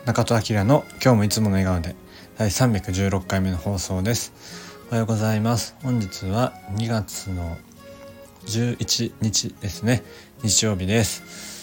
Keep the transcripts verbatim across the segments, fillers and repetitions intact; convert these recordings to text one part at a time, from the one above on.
中戸明の今日もいつもの笑顔でだいさんびゃくじゅうろっかいめの放送です。おはようございます。本日はにがつのじゅういちにちですね。日曜日です。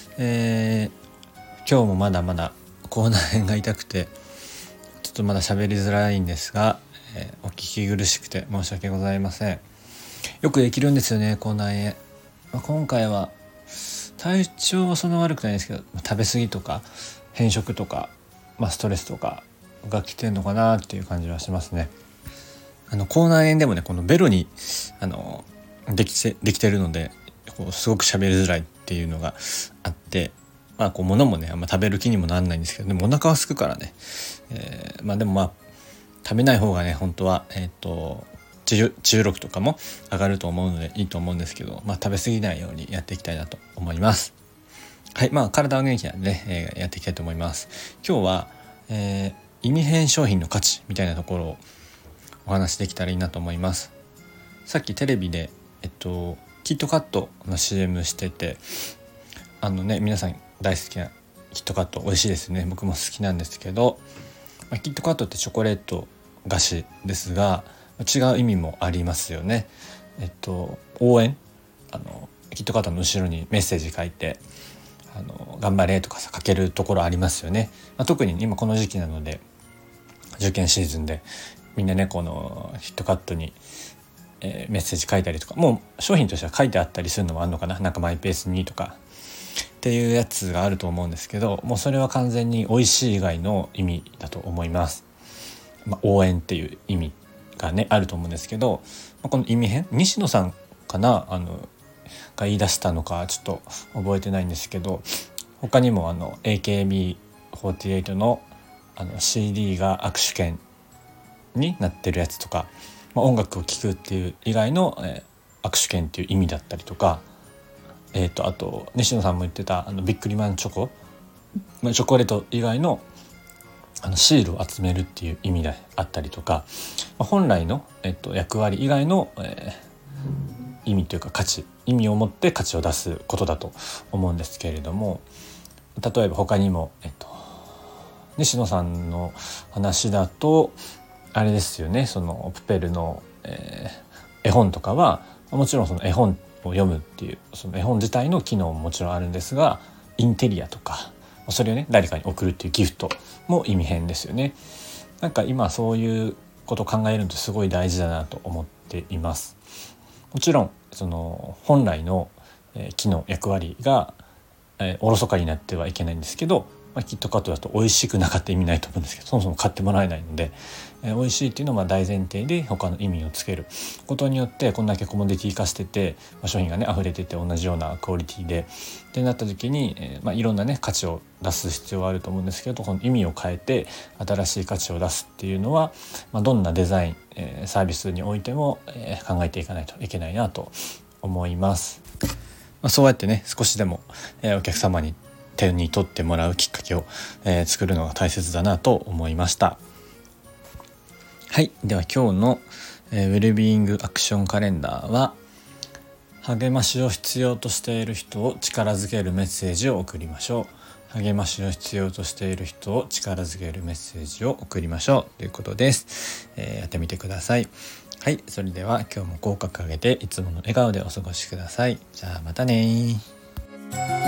えー、今日もまだまだ口内炎が痛くてちょっとまだ喋りづらいんですが、えー、お聞き苦しくて申し訳ございません。よくできるんですよね、口内炎。まあ、今回は体調はそんな悪くないんですけど、食べ過ぎとか偏食とか、まあ、ストレスとかが来てんのかなっていう感じはしますね。あの口内炎でもね、このベロにあのできてできてるので、こうすごく喋りづらいっていうのがあって、まあこう物もねあんま食べる気にもなんないんですけど、でもお腹は空くからね、えー、まあでもまあ食べない方がね本当はえっ、ー、と中力とかも上がると思うのでいいと思うんですけど、まあ食べ過ぎないようにやっていきたいなと思います。はい、まあ体は元気なんでね、えー、やっていきたいと思います。今日は、えー、意味変商品の価値みたいなところをお話できたらいいなと思います。さっきテレビでえっとキットカットの シーエム してて、あのね皆さん大好きなキットカット美味しいですね。僕も好きなんですけど、まあ、キットカットってチョコレート菓子ですが違う意味もありますよね。えっと応援、あのキットカットの後ろにメッセージ書いてあの頑張れとかさ書けるところありますよね。まあ、特に今この時期なので受験シーズンでみんなねこのキットカットに、えー、メッセージ書いたりとか、もう商品としては書いてあったりするのもあるのかな、なんかマイペースにとかっていうやつがあると思うんですけど、もうそれは完全に美味しい以外の意味だと思います。まあ、応援っていう意味がねあると思うんですけど、まあ、この意味編西野さんかなあのが言い出したのかちょっと覚えてないんですけど、他にもあの エーケービーフォーティーエイト の, あの シーディー が握手券になってるやつとか、まあ、音楽を聴くっていう以外の、えー、握手券っていう意味だったりとか、えー、とあと西野さんも言ってたあのビックリマンチョコ、まあ、チョコレート以外のあのシールを集めるっていう意味であったりとか、まあ、本来の、えっと、役割以外の、えー、意味というか価値意味を持って価値を出すことだと思うんですけれども、例えば他にも、えっと、西野さんの話だとあれですよね、そのプペルの、えー、絵本とかはもちろんその絵本を読むっていうその絵本自体の機能ももちろんあるんですが、インテリアとかそれをね誰かに送るっていうギフトも意味変ですよね。なんか今そういうことを考えるのってすごい大事だなと思っています。もちろんその本来の、えー、機能役割が、えー、おろそかになってはいけないんですけど、まあ、キットカットだと美味しくなかった意味ないと思うんですけど、そもそも買ってもらえないので、えー、美味しいっていうのはまあ大前提で他の意味をつけることによってこんだけコモディティ化してて、まあ、商品がね溢れてて同じようなクオリティでってなった時に、えーまあ、いろんなね価値を出す必要はあると思うんですけど、この意味を変えて新しい価値を出すっていうのは、まあ、どんなデザイン、えー、サービスにおいても、えー、考えていかないといけないなと思います。まあ、そうやってね少しでも、えー、お客様に手に取ってもらうきっかけを、えー、作るのが大切だなと思いました。はい、では今日の、えー、ウェルビーイングアクションカレンダーは、励ましを必要としている人を力づけるメッセージを送りましょう。励ましを必要としている人を力づけるメッセージを送りましょうということです。えー、やってみてください。はい、それでは今日も口角上げていつもの笑顔でお過ごしください。じゃあまたね。